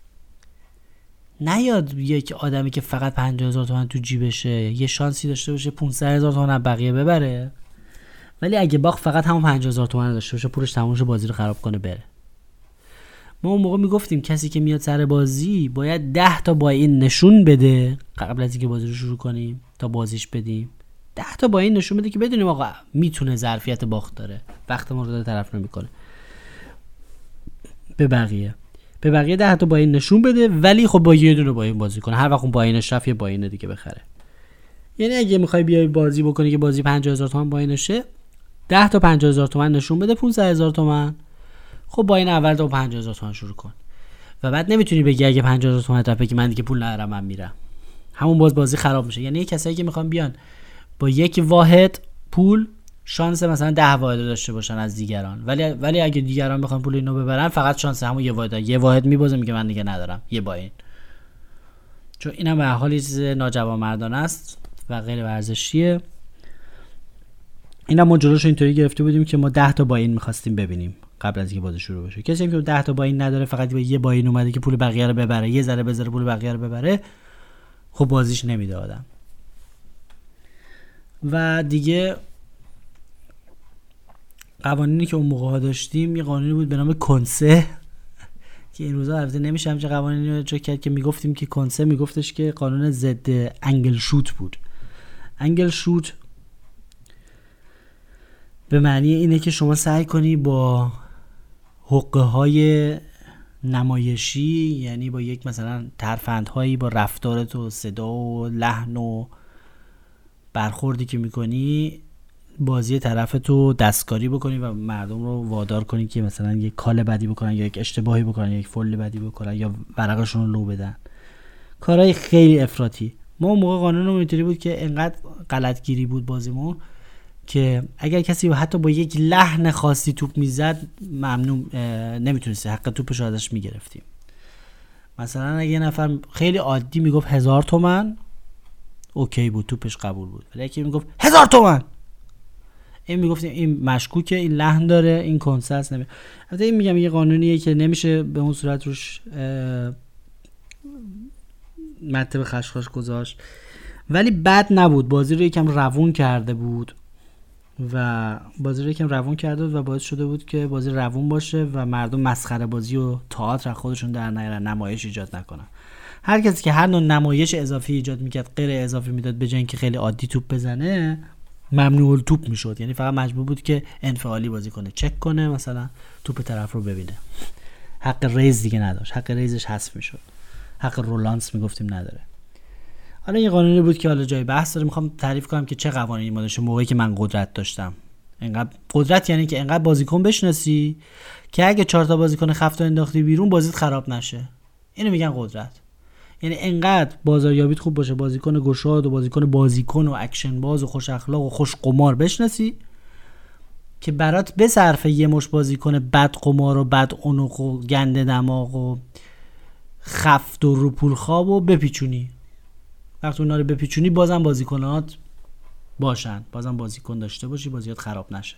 A: نیاد یک آدمی که فقط 50,000 تومن تو جیبشه یه شانسی داشته باشه 500,000 تومن بقیه ببره، ولی اگه باخت فقط همون 50,000 تومن داشته باشه، پولش تموم شه، بازی رو خراب کنه بره. ما اون موقع میگفتیم کسی که میاد سر بازی باید 10 تا با این نشون بده قبل از اینکه بازی رو شروع کنیم تا بازیش بدیم. 10 تا با این نشون بده که بدونیم آقا میتونه ظرفیت باخت داره، وقت ما رو داره طرف نمیکنه. به بقیه 10 تا با این نشون بده، ولی خب با یه دونه با این بازی کنه، هر وقت اون با اینش رفت یه با این دیگه بخره. یعنی اگه میخوای بیای بازی بکنی که بازی 50,000 تومان با اینشه، 10 تا 50,000 تومان نشون بده، 500,000 تومان. خب با این اول تا 50,000 تومان شروع کن و بعد نمیتونی بگی اگه 50,000 تومان طرف بگی من دیگه پول ندارم من میرم، همون بازی خراب میشه. یعنی کسایی که میخوان بیان با یک واحد پول شانس مثلا 10 واحد داشته باشن از دیگران، ولی اگه دیگران بخوان پول اینو ببرن فقط شانس همون یه واحد میبازه، میگه من دیگه ندارم یه با این. چون اینم به هر حال یه چیز ناجوانمردانه است و غیر ورزشیه. اینم ما جلوش اینطوری گرفته بودیم که ما 10 تا با این می‌خواستیم ببینیم قبل از اینکه بازی شروع بشه. کسی که 10 تا با این نداره، فقط یه با این اومده که پول بقیه رو ببره، یه ذره بذاره پول بقیه رو ببره، خب بازیش نمیده آدم. و دیگه قوانینی که اون موقع داشتیم، یه قانونی بود به نام کنسه که این روزا البته نمیشه همچه قوانینی رو اجرا کرد، که میگفتیم که کنسه میگفتش که قانون ضد انگل شوت بود. انگل شوت به معنی اینه که شما سعی کنی با حقه های نمایشی، یعنی با یک مثلا ترفندهایی با رفتارت و صدا و لحن و برخوردی که میکنی بازی طرفتو دستکاری بکنی و مردم رو وادار کنی که مثلا یک کال بدی بکنن یا یک اشتباهی بکنن یا یک فول بدی بکنن یا ورقشون رو لو بدن. کارهای خیلی افراطی. ما اون موقع قانونمون اینطوری بود که انقدر غلطگیری بود بازیمون که اگر کسی حتی با یک لحن خاصی توپ میزد ممنوع، نمیتونستی حق توپش رو ازش میگرفتیم. مثلا اگه یه نفر خیلی عادی میگفت 1000 تومن اوکی بود، توپش قبول بود، ولی اگه میگفت 1000 تومن این میگفتیم این مشکوکه، این لحن داره، این کنسه است. البته این میگم یه قانونیه که نمیشه به اون صورت روش مطلب خشخاش گذاشت، ولی بد نبود. بازی رو یکم روون کرده بود و باعث شده بود که بازی روون باشه و مردم مسخره بازی و تئاتر خودشون در نیارن، نمایش ایجاد نکنن. هر کسی که هر نوع نمایش اضافی ایجاد میکرد، غیر اضافی میداد به جای اینکه خیلی عادی توپ بزنه، ممنوع التوپ میشد. یعنی فقط مجبور بود که انفعالی بازی کنه، چک کنه، مثلا توپ طرف رو ببینه. حق ریز دیگه نداشت، حق ریزش حذف میشد، حق رولانس میگفتیم نداره. حالا این قانونی بود که حالا جای بحث داره. میخوام تعریف کنم که چه قوانینی ما داشتیم موقعی که من قدرت داشتم. اینقدر قدرت یعنی که اینقدر بازیکن بشناسی که اگه 4 تا بازیکن خفته انداختی بیرون بازیت خراب نشه. اینو میگن قدرت. یعنی اینقدر بازاریابیت خوب باشه، بازیکن گشاد و بازیکن و اکشن باز و خوش اخلاق و خوش قمار بشناسی که برات بصرفه یه مش بازیکن بد قمار و بد عنق و گنده دماغ و خفت و روپول خواب و بپیچونی. وقتی اونا رو بپیچونی بازم بازیکنات باشن، بازم بازیکن داشته باشی، بازیات خراب نشه.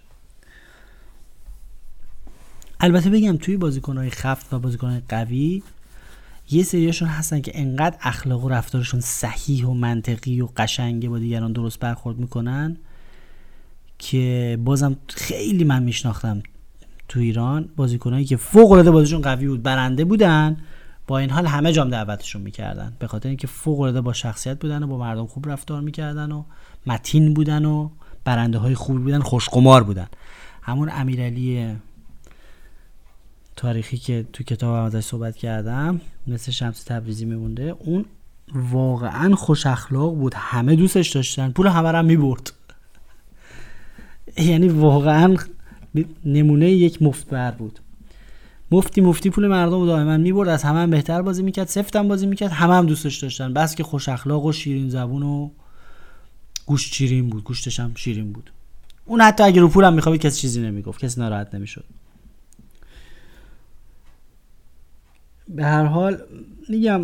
A: البته بگم توی بازیکن‌های خفت و بازیکن‌های قوی یه سریاشون هستن که انقدر اخلاق و رفتارشون صحیح و منطقی و قشنگه، با دیگران درست برخورد میکنن که بازم خیلی من میشناختم تو ایران بازیکنایی که فوق العاده بازیشون قوی بود، برنده بودن، با این حال همه جام دعوتشون میکردن به خاطر اینکه فوق العاده با شخصیت بودن و با مردم خوب رفتار میکردن و متین بودن و برنده های خوبی بودن، خوشقمار بودن. همون امیرعلی تاریخی که تو کتابم ازش صحبت کردم، مثل شمس تبریزی میمونده، اون واقعا خوش اخلاق بود، همه دوستش داشتن، پول همه رو میبرد. یعنی واقعا نمونه یک مفتبر بود. مفتی پول مردم رو دائما میبرد، از همه هم بهتر بازی میکرد، سفتم بازی میکرد، همه هم دوستش داشتن، بس که خوش اخلاق و شیرین زبون و گوشت شیرین بود، گوشتش هم شیرین بود. اون حتی اگه رو پولم میخواد کسی چیزی نمیگفت، کسی ناراحت نمیشد. به هر حال میگم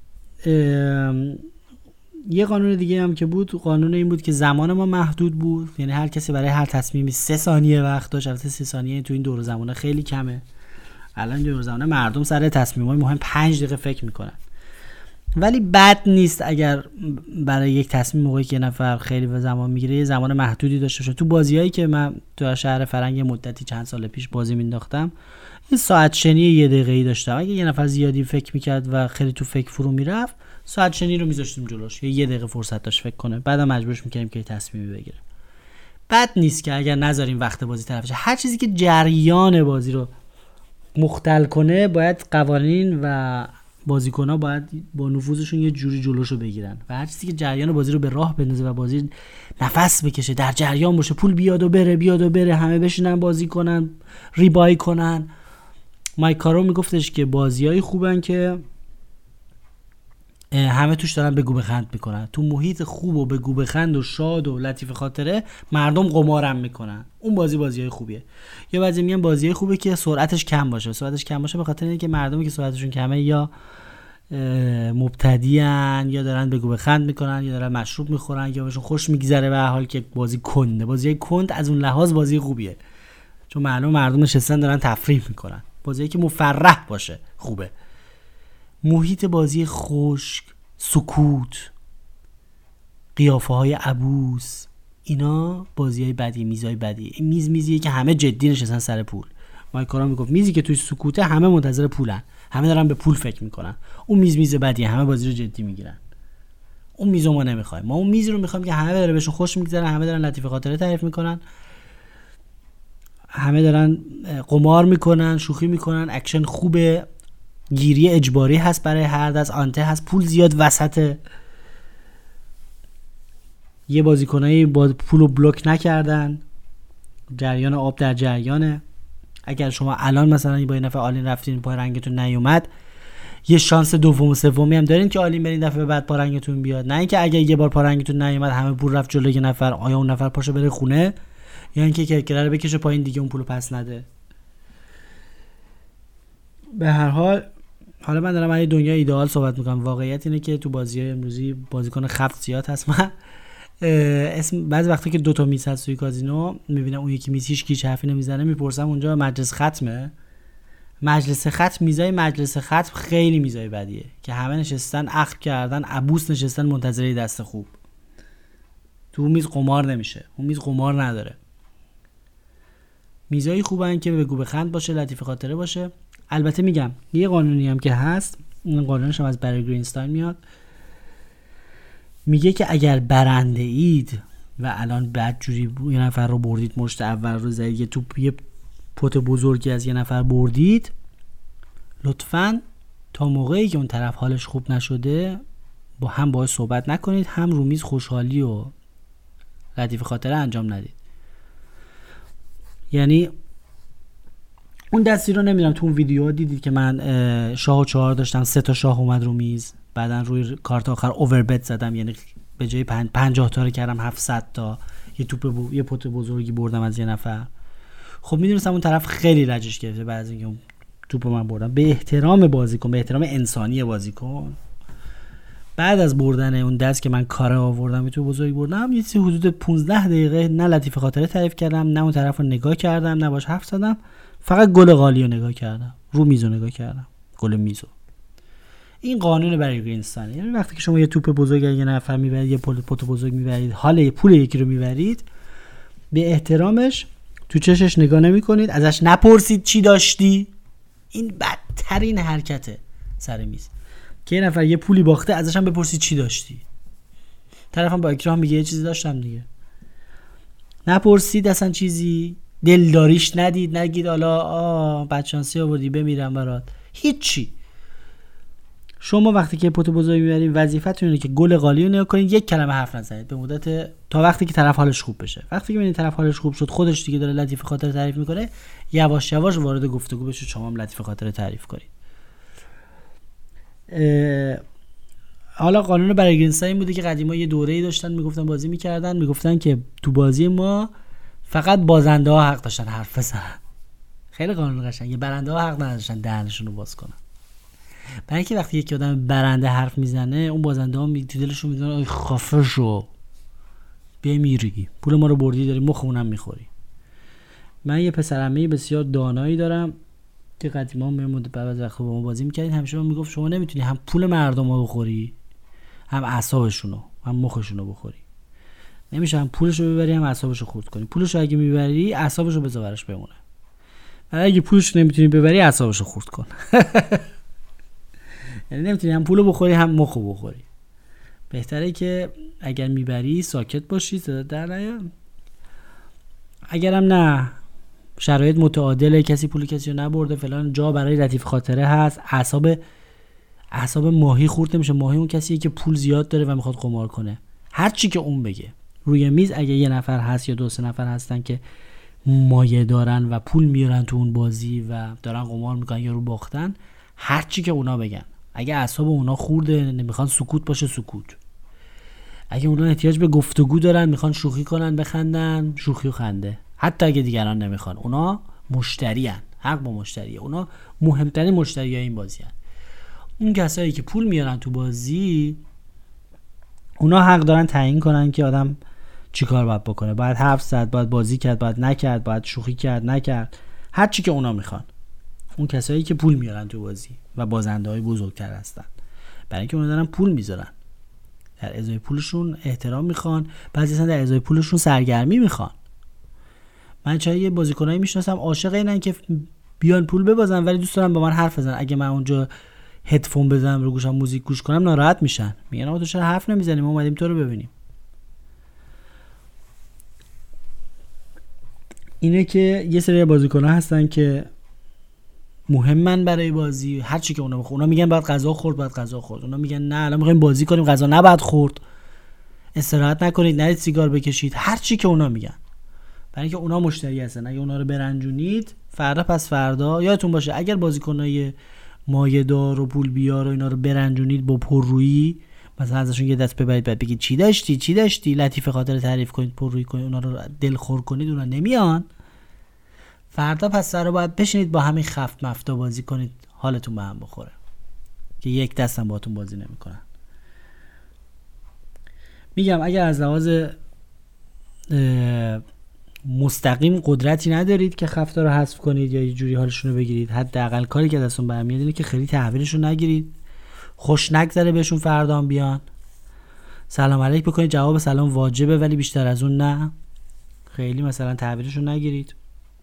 A: یه قانون دیگه هم که بود، قانون این بود که زمان ما محدود بود، یعنی هر کسی برای هر تصمیمی 3 ثانیه وقت داشت. البته 3 ثانیه تو این دور زمانه خیلی کمه. الان دور زمانه مردم سر تصمیمای مهم 5 دقیقه فکر میکنن، ولی بد نیست اگر برای یک تصمیم موقعی که یه نفر خیلی به زمان میگیره یه زمان محدودی داشته باشه. تو بازیایی که من تو شهر فرنگ مدتی چند سال پیش بازی مینداختم، این ساعت شنی 1 دقیقه‌ای داشتم. اگه یه نفر زیادی فکر میکرد و خیلی تو فکر فرو میرفت، ساعت شنی رو میذاشتیم جلوش، 1 دقیقه فرصت داشت فکر کنه، بعدم مجبورش میکردیم که تصمیمی بگیره. بد نیست که اگر نذاریم وقت بازی طرف شه. هر چیزی که جریان بازی رو مختل کنه باید قوانین و بازیکن‌ها باید با نفوذشون یه جوری جلوشو بگیرن و هر چیزی که جریان بازی رو به راه بندازه و بازی نفس بکشه، در جریان باشه، پول بیاد و بره، همه بشینن بازی کنن، ریبای کنن. مایک کارو میگفتش که بازیای خوبن که همه توش دارن بگو بخند میکنن، تو محیط خوب و بگو بخند و شاد و لطیف خاطره مردم قمارم میکنن، اون بازیای خوبیه. یا بعضی میگن بازیای خوبه که سرعتش کم باشه به خاطر اینکه مردمی که سرعتشون کمه یا مبتدیان یا دارن بگو بخند میکنن یا دارن مشروب میخورن یا بهشون خوش میگذره، به هر حال که بازی کنده. بازی کند از اون لحاظ بازی خوبیه چون معلومه مردم نشستن دارن تفریح میکنن. بازی که مفرح باشه خوبه. محیط بازی خشک، سکوت، قیافه های عبوس، اینا بازی های بدی، میزای بدی. این میزیه که همه جدی نشستن سر پول. مایک کارا میگفت میزی که توی سکوته همه منتظر پولن، همه دارن به پول فکر میکنن. اون میز بدیه، همه بازی رو جدی میگیرن. اون میزو ما نمیخوایم، ما اون میزی رو میخوایم که همه داره بهشون خوش میگذره، همه دارن لطیفه خاطره تعریف میکنن، همه دارن قمار میکنن، شوخی میکنن، اکشن خوبه، گیری اجباری هست برای هر دست، آنته هست، پول زیاد وسطه، یه بازیکنایی با پولو بلوک نکردن، جریان آب در جریانه. اگر شما الان مثلا با این نفر آلین رفتین پای رنگتون نیومد، یه شانس دوم و سومی هم دارین که آلین برین دفعه بعد پا رنگتون بیاد. نه اینکه اگه یه بار پا رنگتون نیومد همه پول رفت جلوی یه نفر، آیا اون نفر پاشو بره خونه یا اینکه کرکره رو بکشه پایین دیگه اون پولو پس نده. به هر حال حالا من دارم از دنیای ایدئال صحبت میکنم. واقعیت اینه که تو بازی‌های امروزی بازیکن خفت زیاد هست. من اسم بعضی وقتا که دوتا میز هست توی کازینو میبینم اون یکی میز هیچ حرفی نمیزنه، میپرسم اونجا مجلس ختمه؟ مجلس ختم، میزای مجلس ختم خیلی میزای بدیه که همه نشستن عقل کردن، عبوس نشستن منتظر دست خوب. تو اون میز قمار نمیشه، اون میز قمار نداره. میزای خوبن که بگو بخند باشه، لطیفه خاطره باشه. البته میگم یه قانونی هم که هست، این قانونش هم از بری گرینستاین میاد، میگه که اگر برنده اید و الان بدجوری یه نفر رو بردید، مشت اول رو زدید، یه توپ یه پت بزرگی از یه نفر بردید، لطفاً تا موقعی که اون طرف حالش خوب نشده با هم باهاش صحبت نکنید، هم رو میز خوشحالی و لطیفه خاطره انجام ندید. یعنی اون دستی رو نمیدونم تو اون ویدیو دیدید که من شاه و 4 داشتم، 3 تا شاه اومد رو میز، بعدن روی کارت آخر اووربت زدم، یعنی به جای 50 تا رو کردم 700 تا، یه توپ یه پت بزرگی بردم از یه نفر. خب میدونستم اون طرف خیلی لجش گرفته بعد از اینکه اون توپو من بردم. به احترام بازیکن، به احترام انسانی بازیکن، بعد از بردن اون دست که من کار آوردم، تو بزرگ بردم، یه چیزی حدود 15 دقیقه نه لطیفه خاطره تعریف کردم، نه اون طرف رو نگاه کردم، نه باش حرف زدم، فقط گل قالی رو نگاه کردم، رو میزو نگاه کردم، گل میزو. این قانون برای گرینستاین. یعنی وقتی که شما یه توپ بزرگ یه نفر میبرید، یه پت بزرگ میبرید، حال پول یکی رو میبرید، به احترامش تو چشش نگاه نمی‌کنید، ازش نپرسید چی داشتی. این بدترین حرکته سر میز، که یه نفر یه پولی باخته ازش هم بپرسید چی داشتی. طرفم با اکرام میگه یه چیزی داشتم دیگه. نپرسید اصلا چیزی، دلداریش ندید، نگید حالا بدشانسی آوردی بمیرم برات، هیچی. شما وقتی که پت بزرگ میبرید وظیفتون اینه که گل قالی رو نگاه کنید، یک کلمه حرف نزنید به مدت تا وقتی که طرف حالش خوب بشه. وقتی که ببینید طرف حالش خوب شد، خودش دیگه داره لطیفه خاطره تعریف میکنه، یواش یواش وارد گفتگو بشید، شما هم لطیفه خاطره تعریف کنید. حالا قانون برای گرینستاین بوده که قدیما یه دوره‌ای داشتن میگفتن بازی میکردن، میگفتن که تو بازی ما فقط بازنده ها حق داشتن حرف بزنن. خیلی قانون قشنگه. برنده ها حق نداشتن دهنشون رو باز کنن. برای اینکه وقتی یک آدم برنده حرف میزنه، اون بازنده ها تو دلشون میدونن ای خفه شو، بمیری، پول ما رو بردی، داری مخمونم میخوری. من یه پسرعمه بسیار دانایی دارم که قدیما بعد از وقت با ما بازی میکردیم، همیشه من میگفت شما نمیتونی هم پول مردم رو بخوری، هم اعصابشونو، هم مخشونو بخوری. نمیشه هم پولشو ببری هم اعصابشو خورد کنی. پولشو اگه میبری اعصابشو بذار براش بمونه، ولی اگه پولشو نمیتونی ببری اعصابشو خورد کن. یعنی نمیتونی هم پولو بخوری هم مخو بخوری. بهتره که اگر میبری ساکت باشی، صدا در نیار. اگرم نه شرایط متعادله، کسی پول کسی رو نبرده فلان، جا برای لطیف خاطره هست، اعصاب ماهی خورد نمیشه. ماهی اون کسیه که پول زیاد داره و میخواد قمار کنه، هر چی که اون بگه. روی میز اگه یه نفر هست یا 2-3 نفر هستن که مایه دارن و پول میارن تو اون بازی و دارن قمار میکنن یا رو باختن، هر چی که اونا بگن، اگه اعصاب اونا خورده نمیخوان سکوت باشه سکوت. اگه اونا احتیاج به گفتگو دارن، میخوان شوخی کنن بخندن، شوخی و خنده. حتی اگه دیگران نمیخوان، اونا مشتریان، حق با مشتریه. اونا مهمترین مشتریای این بازی هن. اون کسایی که پول میارن تو بازی، اونا حق دارن تعیین کنن که آدم چی کار باید بکنه، باید حرف زد، باید بازی کرد، باید نکرد، باید شوخی کرد نکرد، هر چی که اونا میخوان. اون کسایی که پول میارن تو بازی و بازنده‌های بزرگتر هستن، برای اینکه اونا دارن پول میذارن، در ازای پولشون احترام میخوان، بعضی اصلا در ازای پولشون سرگرمی میخوان. من چه یه بازیکنایی میشناسم عاشق اینن که بیان پول ببازن ولی دوست دارن با من حرف بزنن. اگه من اونجا هدفون بزنم رو گوشم موزیک گوش کنم ناراحت میشن، میگن آقا تو چرا حرف نمیزنی، ما اومدیم تو رو ببینیم. اینه که یه سری بازیکن‌ها هستن که مهمن برای بازی، هر چی که اونا میگن باید غذا خورد، اونا میگن نه الان میخوایم بازی کنیم غذا نباید خورد، استراحت نکنید، نرید سیگار بکشید، هر چی که اونا میگن، برای اینکه اونا مشتری هستن. اگه اونا رو برنجونید فردا پس فردا یادتون باشه اگر بازیکنای مایه‌دار و پول بیار و اینا رو برنجونید با پررویی، مثلا ازشون یه دست ببرید بعد بگید چی داشتی لطیفه خاطر تعریف کنید، پررویی کنید، اونا رو دلخور کنید، اونا نمیان. فردا پس سر رو باید بشینید با همین خفت مفتا بازی کنید حالتون به هم بخوره که یک دستم باهاتون بازی نمیکنن. میگم اگر از لحاظ مستقیم قدرتی ندارید که خفتا رو حذف کنید یا یه جوری حالشون رو بگیرید، حداقل کاری که دستون برمیاد اینه که خیلی تحویلشون نگیرید، خوش نگذره بهشون فردا هم بیان، سلام علیک بکنید، جواب سلام واجبه ولی بیشتر از اون نه، خیلی مثلا تحویلشون نگیرید.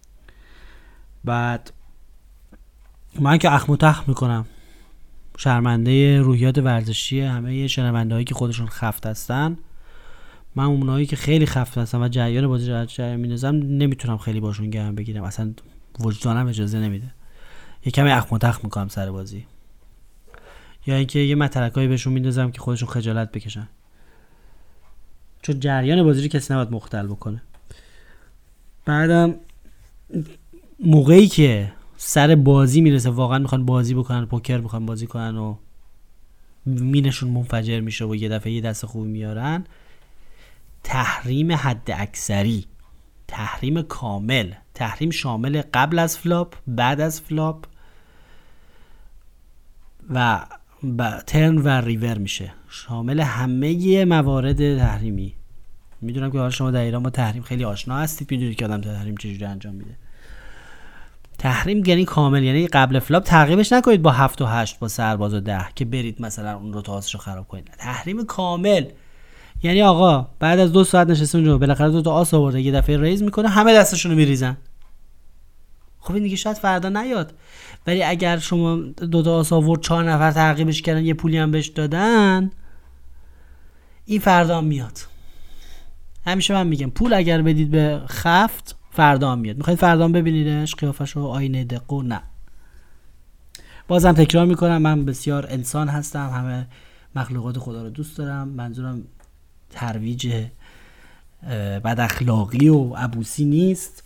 A: بعد من که اخم و تخم میکنم، شرمنده روحیات ورزشی همه شنوندهایی که خودشون خفت هستن، من اونایی که خیلی خفت هستن و جریان بازی جریان میندازم نمیتونم خیلی باشون گرم بگیرم، اصلا وجدانم اجازه نمیده، یه کمی اخم و تخم میکنم سر بازی، یا اینکه یه مترکایی بهشون میندازم که خودشون خجالت بکشن، چون جریان بازی رو کسی نباید مختل بکنه. بعدم موقعی که سر بازی میرسه واقعا میخوان بازی بکنن، پوکر میخوان بازی کنن و مینشون منفجر میشه و یه دفعه یه دست خوبی میارن، تحریم حد اکثری، تحریم کامل، تحریم شامل قبل از فلاپ، بعد از فلاپ و ترن و ریور میشه، شامل همه موارد تحریمی. میدونم که حالا شما در ایران با تحریم خیلی آشنا هستید، میدونید که آدم تحریم چجوری انجام میده. تحریم یعنی کامل، یعنی قبل فلاپ تعقیبش نکنید با 7 و 8 با سرباز و 10 که برید مثلا اون رو تاسشو خراب کنید. تحریم کامل یعنی آقا بعد از 2 ساعت نشسته اونجا بالاخره 2 تا آس آورده، یه دفعه ریز میکنه همه دستشون رو میریزن. خب این دیگه شاید فردا نیاد، ولی اگر شما 2 تا آس آورد 4 نفر تعقیبش کردن یه پولی هم بهش دادن، این فردا هم میاد. همیشه من میگم پول اگر بدید به خفت فردا هم میاد. میخواید فردا هم ببینیدش قیافشو آینه دقو؟ نه. بازم تکرار میکنم من بسیار انسان هستم، همه مخلوقات خدا رو دوست دارم، منظورم ترویج بد اخلاقی و عبوسی نیست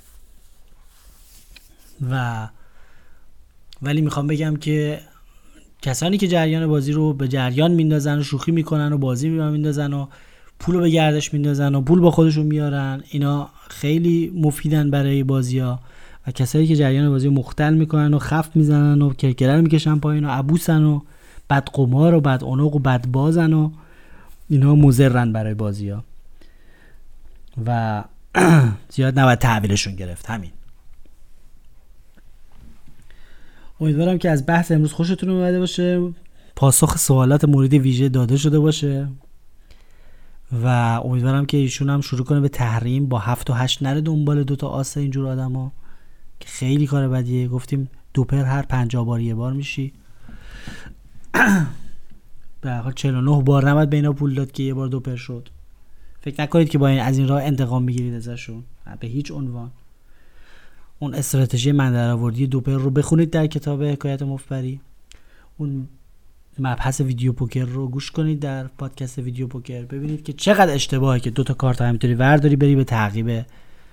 A: ولی میخوام بگم که کسانی که جریان بازی رو به جریان میندازن و شوخی میکنن و بازی میندازن و پول رو به گردش میندازن و پول با خودشون میارن، اینا خیلی مفیدن برای بازی‌ها، و کسایی که جریان بازی رو مختل میکنن و خفت میزنن و کرکره رو میکشن پایین و عبوسن و بد قمار و بد عنق و بد بازن و اینا مضرن برای بازی‌ها و زیاد نباید تحویلشون گرفت. همین. امیدوارم که از بحث امروز خوشتون اومده باشه، پاسخ سوالات مورد ویژه داده شده باشه و امیدوارم که ایشون هم شروع کنه به تحریم، با 7 و 8 نره دنبال 2 تا آس اینجور آدما که خیلی کار بدیه. گفتیم دوپر هر 50 بار یه بار میشی، به هر حال 49 بار نباید به اینا پول داد که یه بار دوپر شد. فکر نکنید که با این از این راه انتقام میگیرید ازشون، به هیچ عنوان. اون استراتژی من درآوردی دوپر رو بخونید در کتاب حکایت مفبری، اون مبحث ویدیو پوکر رو گوش کنید در پادکست ویدیو پوکر، ببینید که چقدر اشتباهه که 2 تا کارت همینطوری ورداری بری به تعقیب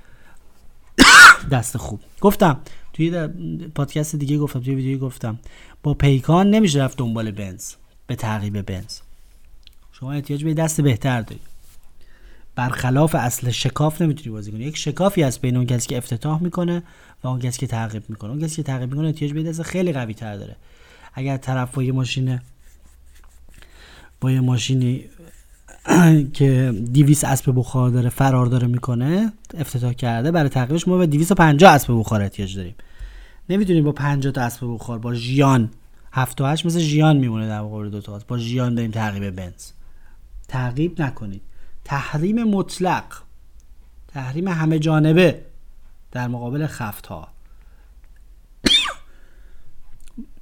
A: دست خوب. گفتم توی پادکست دیگه، گفتم توی ویدیویی گفتم با پیکان نمیشه رفت دنبال بنز به تعقیب بنز، شما احتیاج به دست بهتر دارید. برخلاف اصل شکاف نمیتونی بازی کنی، یک شکافی هست بین اون کسی که افتتاح میکنه و اون کسی که تعقیب میکنه. اون کسی که تعقیب میکنه احتیاج به دست خیلی قوی تر داره. اگر طرف با یه ماشینی که 200 اسب بخار داره فرار داره میکنه، افتتاح کرده، برای تعقیبش ما به 250 اسب بخار احتیاج داریم. نمیتونیم با 50 تا اسب بخار با ژیان 7 و 8 مثل ژیان میمونه در مقابل 2 تا با ژیان داریم تعقیب بنز. تعقیب نکنید. تحریم مطلق، تحریم همه جانبه در مقابل خفت‌ها.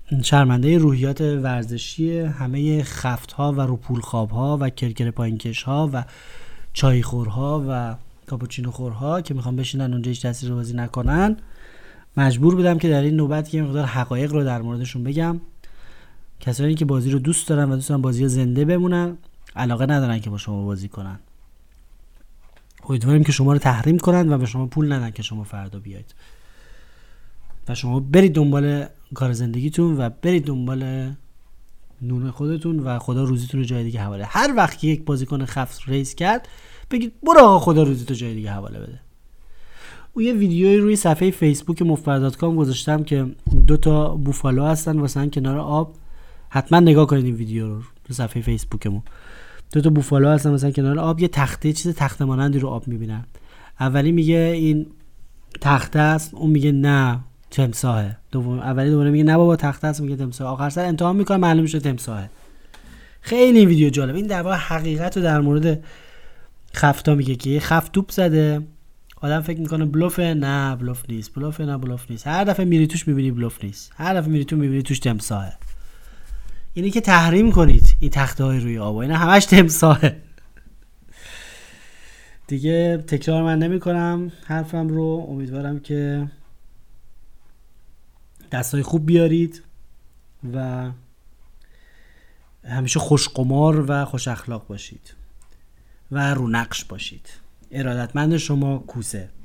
A: شرمنده روحیات ورزشی همه خفت‌ها و روپولخواب‌ها و کرکر پایینکش‌ها و چایخورها و کاپوچینو خورها که میخوان بشینن اونجا هیچ دستی رو بازی نکنن، مجبور بودم که در این نوبت یه مقدار حقایق رو در موردشون بگم. کسایی که بازی رو دوست دارن و دوست دارن بازی زنده بمونن، علاقه ندارن که با شما بازی کنن. امیدواریم که شما رو تحریم کنن و به شما پول ندن که شما فردا بیاید و شما برید دنبال کار زندگیتون و برید دنبال نون خودتون و خدا روزیتون رو جای دیگه حواله. هر وقت که یک بازیکن خفت ریس کرد بگید برو آقا خدا روزیتو جای دیگه حواله بده. و یه ویدیوی روی صفحه فیسبوک مفبر.com گذاشتم که 2 بوفالو هستن واسه کنار آب. حتما نگاه کنید این ویدیو رو تو صفحه فیسبوکمون. 2 بوفالو هستن مثلا کنار آب، یه تخته مانندی رو آب میبینن. اولی میگه این تخته است، اون میگه نه تمساحه. دوباره میگه نه بابا تخته است، میگه تمساح. آخر سر امتحان میکنه معلوم میشه تمساحه. خیلی این ویدیو جالب. این در واقع حقیقت رو در مورد خفتا میگه که یه خفت توپ زده، آدم فکر میکنه بلوفه، نه بلوف نیست، بلوفه نه بلوف نیست. هر دفعه میری توش میبینی بلوف نیست، هر دفعه میری تو میبینی توش تمساحه. اینی که تحریم کنید این تخته های روی آب، اینا همش تمساحه. دیگه تکرار من نمی کنم حرفم رو. امیدوارم که دستای خوب بیارید و همیشه خوشقمار و خوش اخلاق باشید و رو نقش باشید. ارادتمند شما، کوسه.